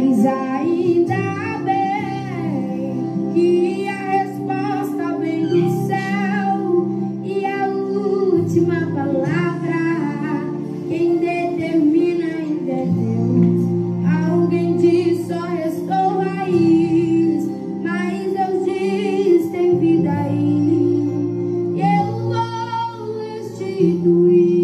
Mas ainda bem que a resposta vem do céu e a última palavra quem determina ainda é Deus. Alguém diz só restou raiz, mas Deus diz tem vida aí e eu vou restituir.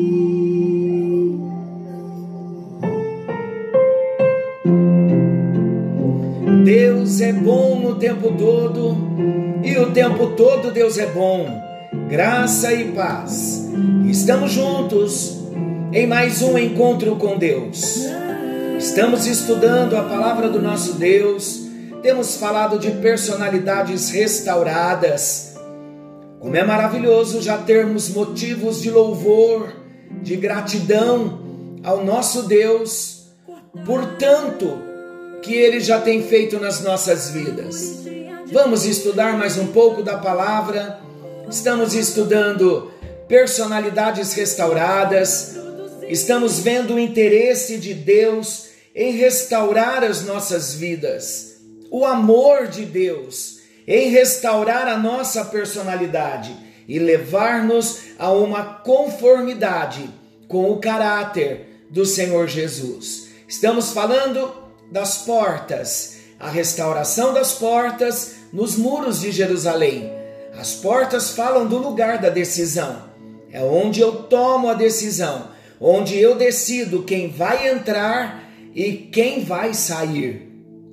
Deus é bom o tempo todo e o tempo todo Deus é bom. Graça e paz. Estamos juntos em mais um encontro com Deus. Estamos estudando a palavra do nosso Deus. Temos falado de personalidades restauradas. Como é maravilhoso já termos motivos de louvor, de gratidão ao nosso Deus por tanto que Ele já tem feito nas nossas vidas. Vamos estudar mais um pouco da palavra. Estamos estudando personalidades restauradas. Estamos vendo o interesse de Deus em restaurar as nossas vidas. O amor de Deus em restaurar a nossa personalidade e levar-nos a uma conformidade com o caráter do Senhor Jesus. Estamos falando das portas, a restauração das portas nos muros de Jerusalém. As portas falam do lugar da decisão. É onde eu tomo a decisão, onde eu decido quem vai entrar e quem vai sair.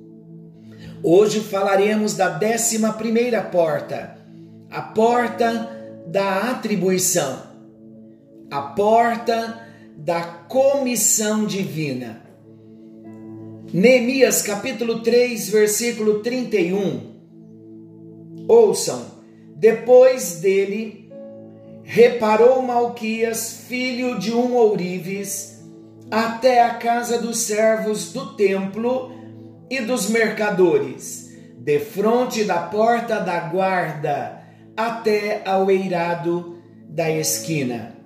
Hoje falaremos da 11ª porta, a porta da atribuição, a porta da comissão divina. Neemias capítulo 3, versículo 31. Ouçam: depois dele reparou Malquias, filho de um ourives, até a casa dos servos do templo e dos mercadores, defronte da porta da guarda, até ao eirado da esquina.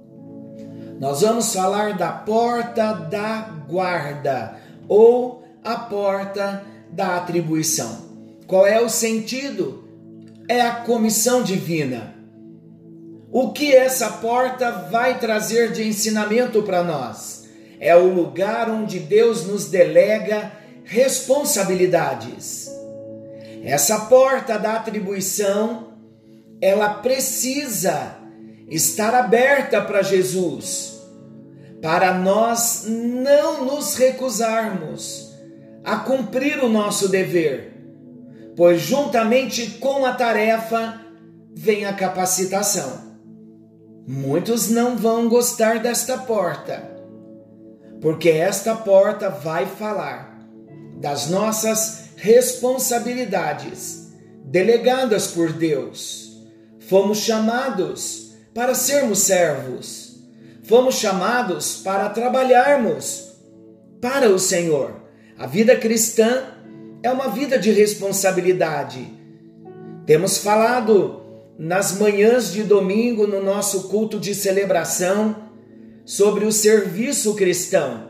Nós vamos falar da porta da guarda, ou a porta da atribuição. Qual é o sentido? É a comissão divina. O que essa porta vai trazer de ensinamento para nós? É o lugar onde Deus nos delega responsabilidades. Essa porta da atribuição, ela precisa estar aberta para Jesus, para nós não nos recusarmos a cumprir o nosso dever, pois juntamente com a tarefa vem a capacitação. Muitos não vão gostar desta porta, porque esta porta vai falar das nossas responsabilidades delegadas por Deus. Fomos chamados para sermos servos. Fomos chamados para trabalharmos para o Senhor. A vida cristã é uma vida de responsabilidade. Temos falado nas manhãs de domingo, no nosso culto de celebração, sobre o serviço cristão.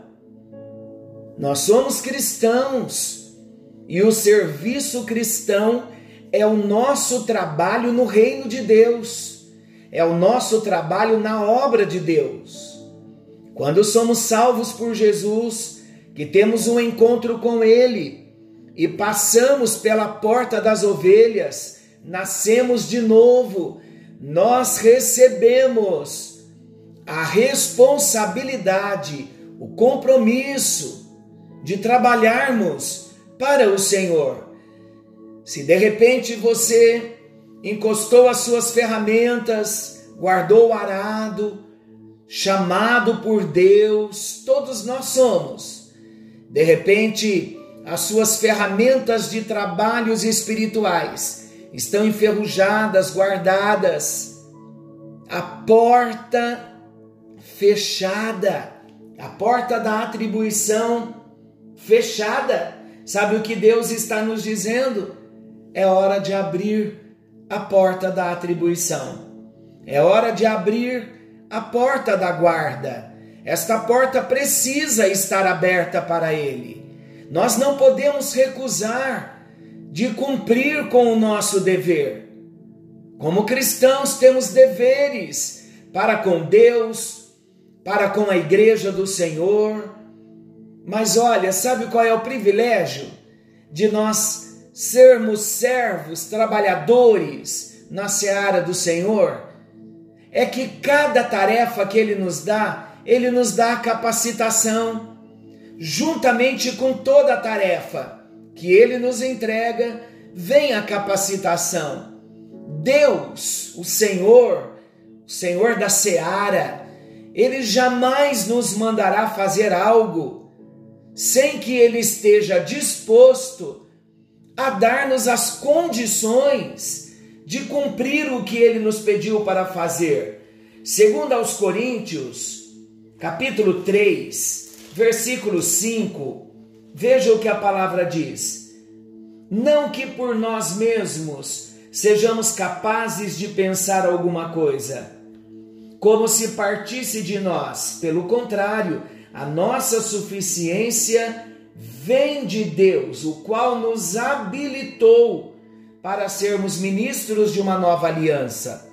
Nós somos cristãos e o serviço cristão é o nosso trabalho no reino de Deus. É o nosso trabalho na obra de Deus. Quando somos salvos por Jesus, que temos um encontro com Ele e passamos pela porta das ovelhas, nascemos de novo, nós recebemos a responsabilidade, o compromisso de trabalharmos para o Senhor. Se de repente você encostou as suas ferramentas, guardou o arado, chamado por Deus, todos nós somos. De repente, as suas ferramentas de trabalhos espirituais estão enferrujadas, guardadas. A porta fechada, a porta da atribuição fechada. Sabe o que Deus está nos dizendo? É hora de abrir a porta da atribuição. É hora de abrir a porta da guarda. Esta porta precisa estar aberta para Ele. Nós não podemos recusar de cumprir com o nosso dever. Como cristãos, temos deveres para com Deus, para com a igreja do Senhor. Mas olha, sabe qual é o privilégio de nós sermos servos, trabalhadores na seara do Senhor? É que cada tarefa que Ele nos dá a capacitação. Juntamente com toda a tarefa que Ele nos entrega, vem a capacitação. Deus, o Senhor da seara, Ele jamais nos mandará fazer algo sem que Ele esteja disposto a dar-nos as condições de cumprir o que Ele nos pediu para fazer. Segundo aos Coríntios, capítulo 3, versículo 5, veja o que a palavra diz. Não que por nós mesmos sejamos capazes de pensar alguma coisa, como se partisse de nós. Pelo contrário, a nossa suficiência vem de Deus, o qual nos habilitou para sermos ministros de uma nova aliança.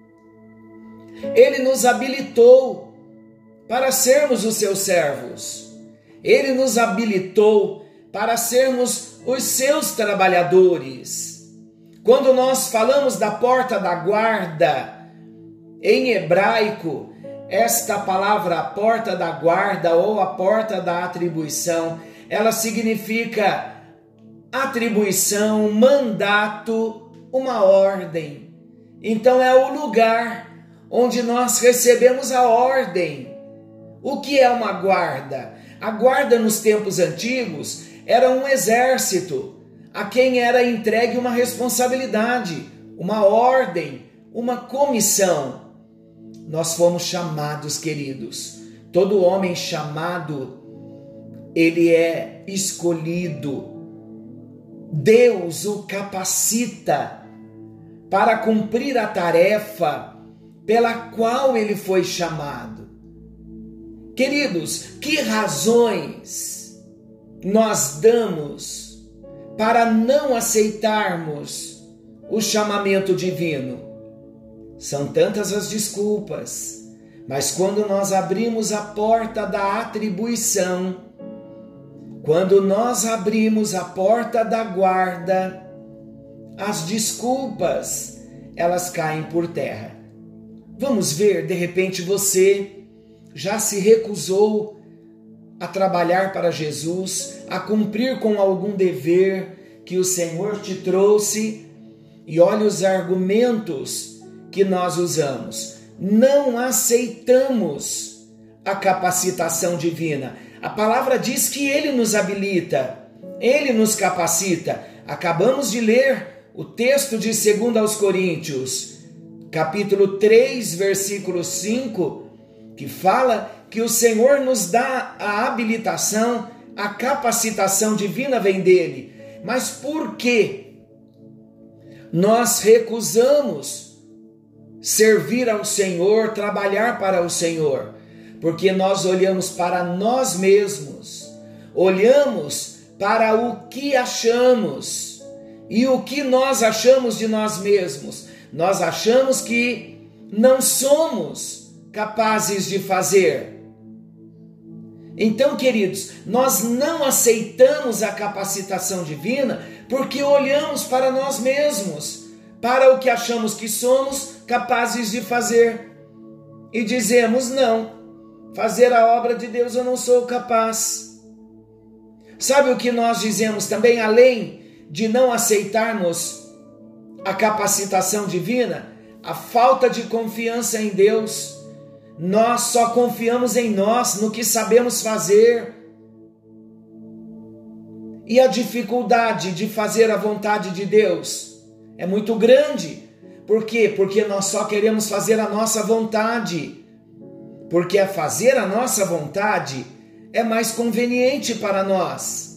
Ele nos habilitou para sermos os seus servos. Ele nos habilitou para sermos os seus trabalhadores. Quando nós falamos da porta da guarda, em hebraico, esta palavra, a porta da guarda ou a porta da atribuição, ela significa atribuição, mandato, uma ordem. Então é o lugar onde nós recebemos a ordem. O que é uma guarda? A guarda nos tempos antigos era um exército a quem era entregue uma responsabilidade, uma ordem, uma comissão. Nós fomos chamados, queridos. Todo homem chamado, ele é escolhido. Deus o capacita para cumprir a tarefa pela qual ele foi chamado. Queridos, que razões nós damos para não aceitarmos o chamamento divino? São tantas as desculpas, mas quando nós abrimos a porta da atribuição, quando nós abrimos a porta da guarda, as desculpas, elas caem por terra. Vamos ver, de repente você já se recusou a trabalhar para Jesus, a cumprir com algum dever que o Senhor te trouxe, e olha os argumentos que nós usamos. Não aceitamos a capacitação divina. A palavra diz que Ele nos habilita, Ele nos capacita. Acabamos de ler o texto de 2 aos Coríntios, capítulo 3, versículo 5, que fala que o Senhor nos dá a habilitação, a capacitação divina vem dele. Mas por que nós recusamos servir ao Senhor, trabalhar para o Senhor? Porque nós olhamos para nós mesmos, olhamos para o que achamos. E o que nós achamos de nós mesmos? Nós achamos que não somos capazes de fazer. Então, queridos, nós não aceitamos a capacitação divina porque olhamos para nós mesmos, para o que achamos que somos capazes de fazer, e dizemos: não, fazer a obra de Deus eu não sou capaz. Sabe o que nós dizemos também, além de não aceitarmos a capacitação divina? A falta de confiança em Deus. Nós só confiamos em nós, no que sabemos fazer. E a dificuldade de fazer a vontade de Deus é muito grande. Por quê? Porque nós só queremos fazer a nossa vontade. Porque a fazer a nossa vontade é mais conveniente para nós.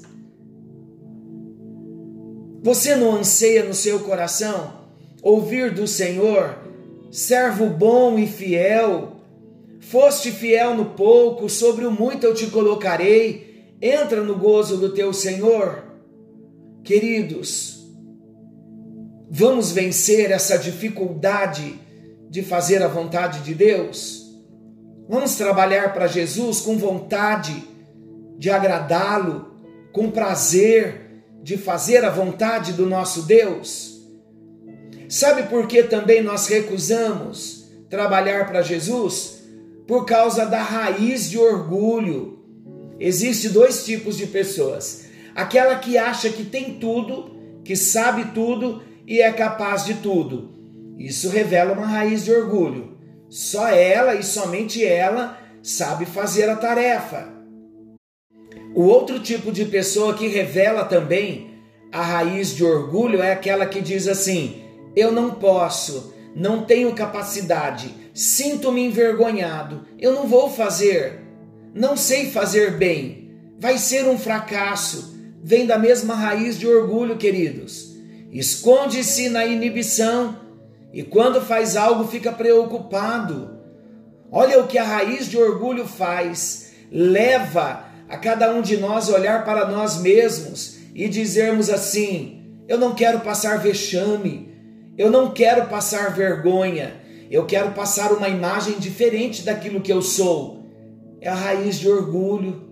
Você não anseia no seu coração ouvir do Senhor: servo bom e fiel, foste fiel no pouco, sobre o muito eu te colocarei, Entra no gozo do teu Senhor. Queridos, vamos vencer essa dificuldade de fazer a vontade de Deus? Vamos trabalhar para Jesus com vontade de agradá-lo, com prazer de fazer a vontade do nosso Deus? Sabe por que também nós recusamos trabalhar para Jesus? Por causa da raiz de orgulho. Existem dois tipos de pessoas. Aquela que acha que tem tudo, que sabe tudo e é capaz de tudo. Isso revela uma raiz de orgulho. Só ela e somente ela sabe fazer a tarefa. O outro tipo de pessoa que revela também a raiz de orgulho é aquela que diz assim: eu não posso, não tenho capacidade, sinto-me envergonhado, eu não vou fazer, não sei fazer bem, vai ser um fracasso. Vem da mesma raiz de orgulho, queridos. Esconde-se na inibição e quando faz algo fica preocupado. Olha o que a raiz de orgulho faz. Leva a cada um de nós olhar para nós mesmos e dizermos assim: eu não quero passar vexame, eu não quero passar vergonha, eu quero passar uma imagem diferente daquilo que eu sou. É a raiz de orgulho.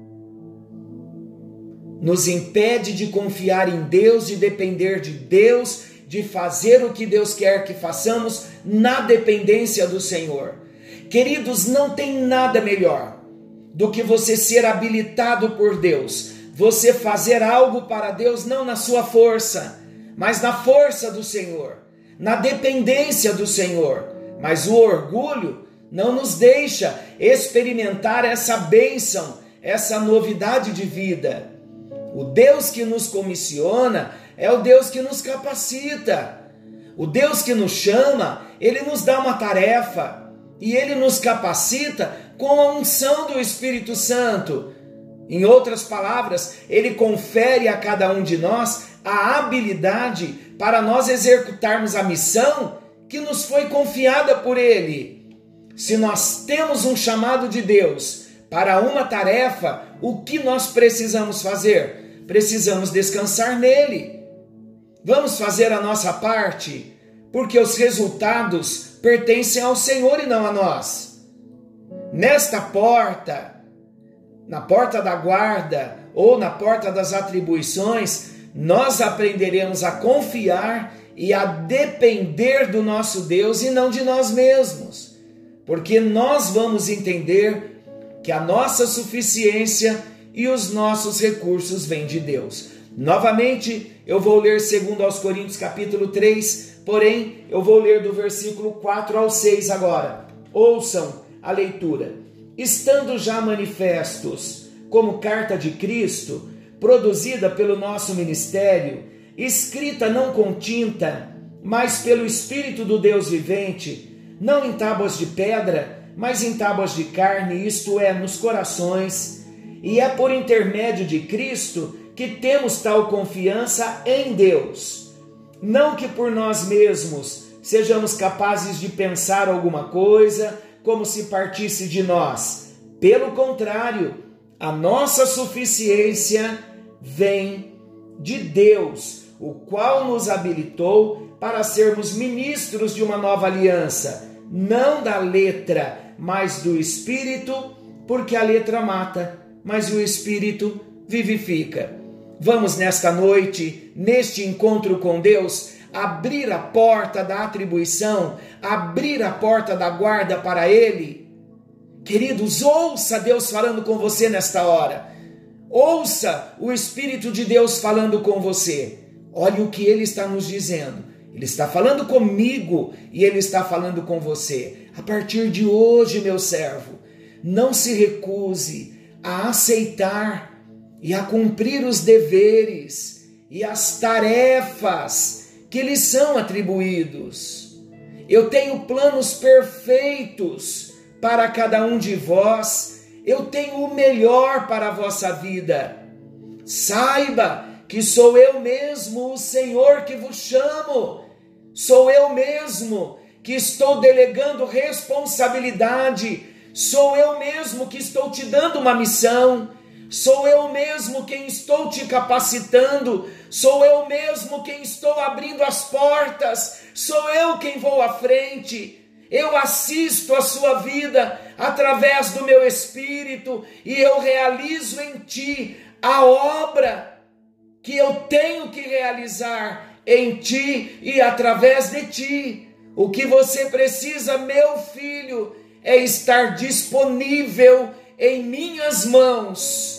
Nos impede de confiar em Deus, de depender de Deus, de fazer o que Deus quer que façamos na dependência do Senhor. Queridos, não tem nada melhor do que você ser habilitado por Deus, você fazer algo para Deus não na sua força, mas na força do Senhor, na dependência do Senhor. Mas o orgulho não nos deixa experimentar essa bênção, essa novidade de vida. O Deus que nos comissiona é o Deus que nos capacita. O Deus que nos chama, Ele nos dá uma tarefa e Ele nos capacita com a unção do Espírito Santo. Em outras palavras, Ele confere a cada um de nós a habilidade para nós executarmos a missão que nos foi confiada por Ele. Se nós temos um chamado de Deus para uma tarefa, o que nós precisamos fazer? Precisamos descansar nele. Vamos fazer a nossa parte, porque os resultados pertencem ao Senhor e não a nós. Nesta porta, na porta da guarda ou na porta das atribuições, nós aprenderemos a confiar e a depender do nosso Deus e não de nós mesmos, porque nós vamos entender que a nossa suficiência e os nossos recursos vêm de Deus. Novamente, eu vou ler 2 Coríntios capítulo 3, porém, eu vou ler do versículo 4 ao 6 agora. Ouçam a leitura. Estando já manifestos como carta de Cristo, produzida pelo nosso ministério, escrita não com tinta, mas pelo Espírito do Deus vivente, não em tábuas de pedra, mas em tábuas de carne, isto é, nos corações. E é por intermédio de Cristo que temos tal confiança em Deus. Não que por nós mesmos sejamos capazes de pensar alguma coisa como se partisse de nós. Pelo contrário, a nossa suficiência vem de Deus, o qual nos habilitou para sermos ministros de uma nova aliança, não da letra, mas do Espírito, porque a letra mata, mas o Espírito vivifica. Vamos nesta noite, neste encontro com Deus, abrir a porta da atribuição, abrir a porta da guarda para Ele. Queridos, ouça Deus falando com você nesta hora. Ouça o Espírito de Deus falando com você. Olhe o que Ele está nos dizendo. Ele está falando comigo e Ele está falando com você. A partir de hoje, meu servo, não se recuse a aceitar e a cumprir os deveres e as tarefas que lhes são atribuídos. Eu tenho planos perfeitos para cada um de vós. Eu tenho o melhor para a vossa vida. Saiba que sou eu mesmo o Senhor que vos chamo. Sou eu mesmo que estou delegando responsabilidade. Sou eu mesmo que estou te dando uma missão. Sou eu mesmo quem estou te capacitando, sou eu mesmo quem estou abrindo as portas, sou eu quem vou à frente. Eu assisto a sua vida através do meu Espírito e eu realizo em ti a obra que eu tenho que realizar em ti e através de ti. O que você precisa, meu filho, é estar disponível em minhas mãos.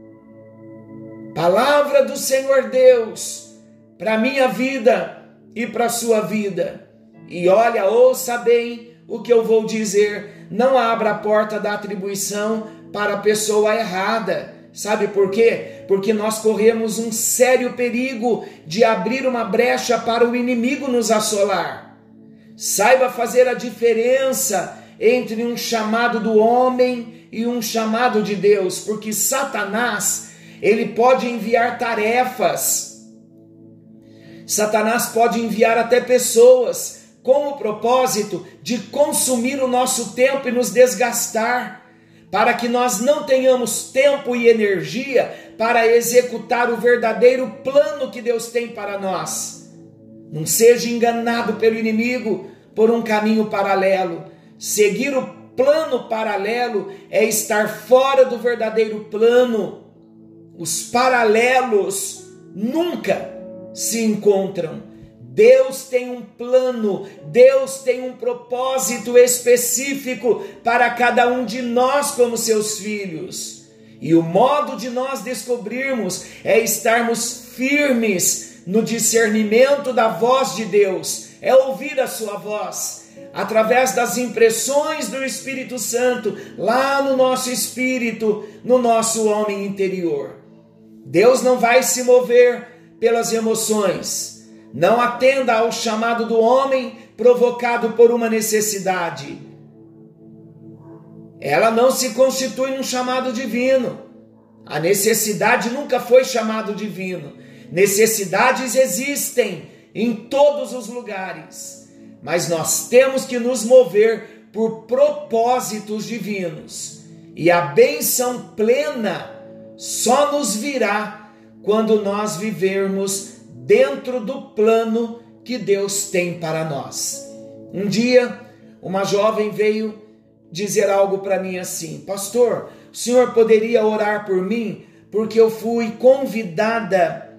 Palavra do Senhor Deus para a minha vida e para a sua vida. E olha, ouça bem o que eu vou dizer. Não abra a porta da atribuição para a pessoa errada. Sabe por quê? Porque nós corremos um sério perigo de abrir uma brecha para o inimigo nos assolar. Saiba fazer a diferença entre um chamado do homem e um chamado de Deus, porque Satanás, ele pode enviar tarefas. Satanás pode enviar até pessoas com o propósito de consumir o nosso tempo e nos desgastar, para que nós não tenhamos tempo e energia para executar o verdadeiro plano que Deus tem para nós. Não seja enganado pelo inimigo por um caminho paralelo. Seguir o plano paralelo é estar fora do verdadeiro plano. Os paralelos nunca se encontram. Deus tem um plano, Deus tem um propósito específico para cada um de nós como seus filhos. E o modo de nós descobrirmos é estarmos firmes no discernimento da voz de Deus, é ouvir a sua voz, através das impressões do Espírito Santo, lá no nosso espírito, no nosso homem interior. Deus não vai se mover pelas emoções. Não atenda ao chamado do homem provocado por uma necessidade. Ela não se constitui num chamado divino. A necessidade nunca foi chamado divino. Necessidades existem em todos os lugares, mas nós temos que nos mover por propósitos divinos. E a bênção plena só nos virá quando nós vivermos dentro do plano que Deus tem para nós. Um dia, uma jovem veio dizer algo para mim assim: pastor, o senhor poderia orar por mim? Porque eu fui convidada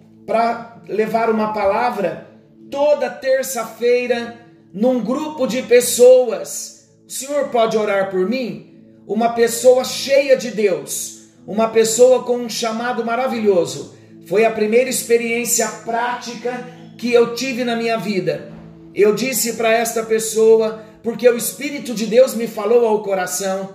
para levar uma palavra toda terça-feira num grupo de pessoas. O senhor pode orar por mim? Uma pessoa cheia de Deus, uma pessoa com um chamado maravilhoso. Foi a primeira experiência prática que eu tive na minha vida. Eu disse para esta pessoa, porque o Espírito de Deus me falou ao coração: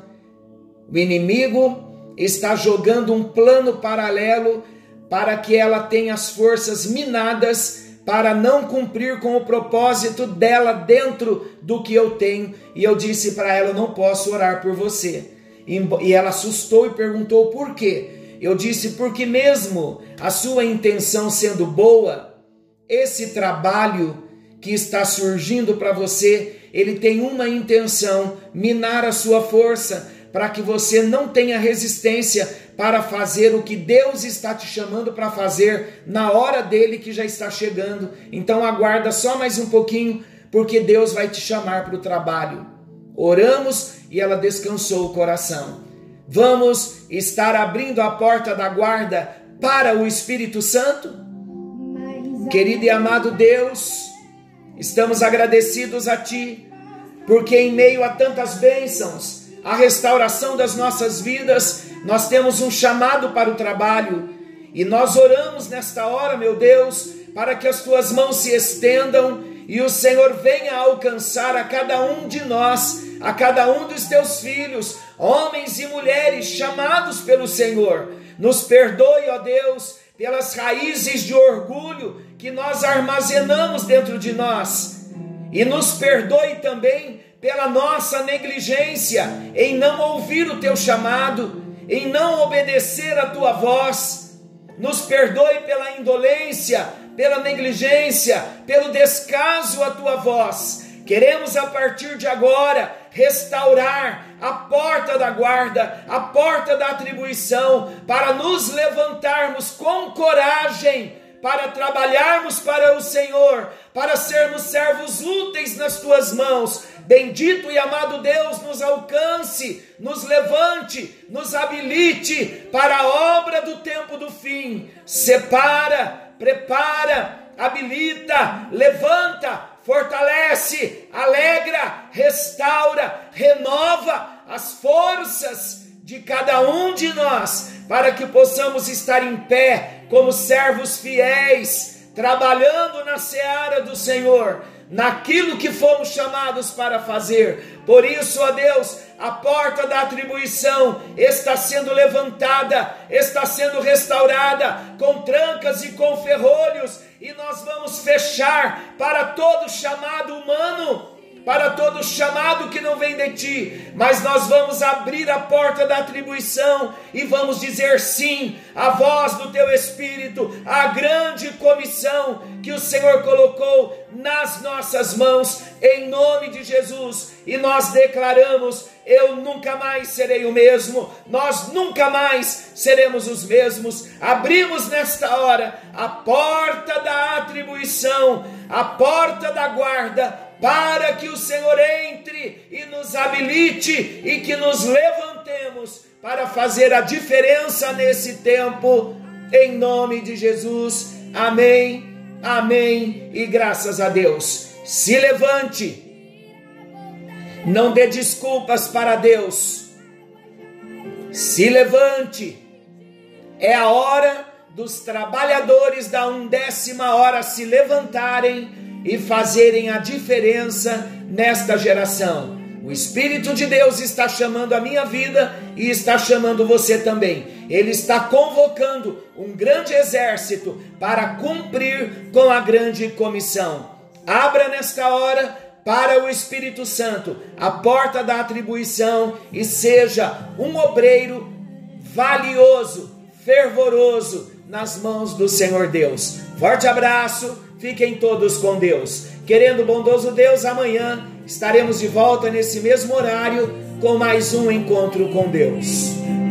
o inimigo está jogando um plano paralelo para que ela tenha as forças minadas para não cumprir com o propósito dela dentro do que eu tenho. E eu disse para ela: eu não posso orar por você. E ela assustou e perguntou por quê. Eu disse: porque mesmo a sua intenção sendo boa, esse trabalho que está surgindo para você, ele tem uma intenção: minar a sua força, para que você não tenha resistência para fazer o que Deus está te chamando para fazer na hora dele que já está chegando. Então aguarda só mais um pouquinho, porque Deus vai te chamar para o trabalho. Oramos e ela descansou o coração. Vamos estar abrindo a porta da guarda para o Espírito Santo? Querido e amado Deus, estamos agradecidos a Ti, porque em meio a tantas bênçãos, a restauração das nossas vidas, nós temos um chamado para o trabalho. E nós oramos nesta hora, meu Deus, para que as Tuas mãos se estendam e o Senhor venha alcançar a cada um de nós, a cada um dos Teus filhos, homens e mulheres chamados pelo Senhor. Nos perdoe, ó Deus, pelas raízes de orgulho que nós armazenamos dentro de nós. E nos perdoe também pela nossa negligência em não ouvir o Teu chamado, em não obedecer a Tua voz. Nos perdoe pela indolência, pela negligência, pelo descaso à Tua voz. Queremos a partir de agora restaurar a porta da guarda, a porta da atribuição, para nos levantarmos com coragem, para trabalharmos para o Senhor, para sermos servos úteis nas tuas mãos. Bendito e amado Deus, nos alcance, nos levante, nos habilite para a obra do tempo do fim. Separa, prepara, habilita, levanta, fortalece, alegra, restaura, renova as forças de cada um de nós, para que possamos estar em pé como servos fiéis, trabalhando na seara do Senhor, naquilo que fomos chamados para fazer. Por isso, ó Deus, a porta da atribuição está sendo levantada, está sendo restaurada, com trancas e com ferrolhos, e nós vamos fechar para todo chamado humano, para todo chamado que não vem de ti, mas nós vamos abrir a porta da atribuição e vamos dizer sim à voz do teu Espírito, à grande comissão que o Senhor colocou nas nossas mãos, em nome de Jesus. E nós declaramos: eu nunca mais serei o mesmo, nós nunca mais seremos os mesmos. Abrimos nesta hora a porta da atribuição, a porta da guarda, para que o Senhor entre e nos habilite e que nos levantemos para fazer a diferença nesse tempo, em nome de Jesus. Amém, amém e graças a Deus. Se levante, não dê desculpas para Deus, se levante. É a hora dos trabalhadores da 1ª hora se levantarem e fazerem a diferença nesta geração. O Espírito de Deus está chamando a minha vida e está chamando você também. Ele está convocando um grande exército para cumprir com a grande comissão. Abra nesta hora para o Espírito Santo a porta da atribuição e seja um obreiro valioso, fervoroso nas mãos do Senhor Deus. Forte abraço. Fiquem todos com Deus. Querendo o bondoso Deus, amanhã estaremos de volta nesse mesmo horário com mais um encontro com Deus.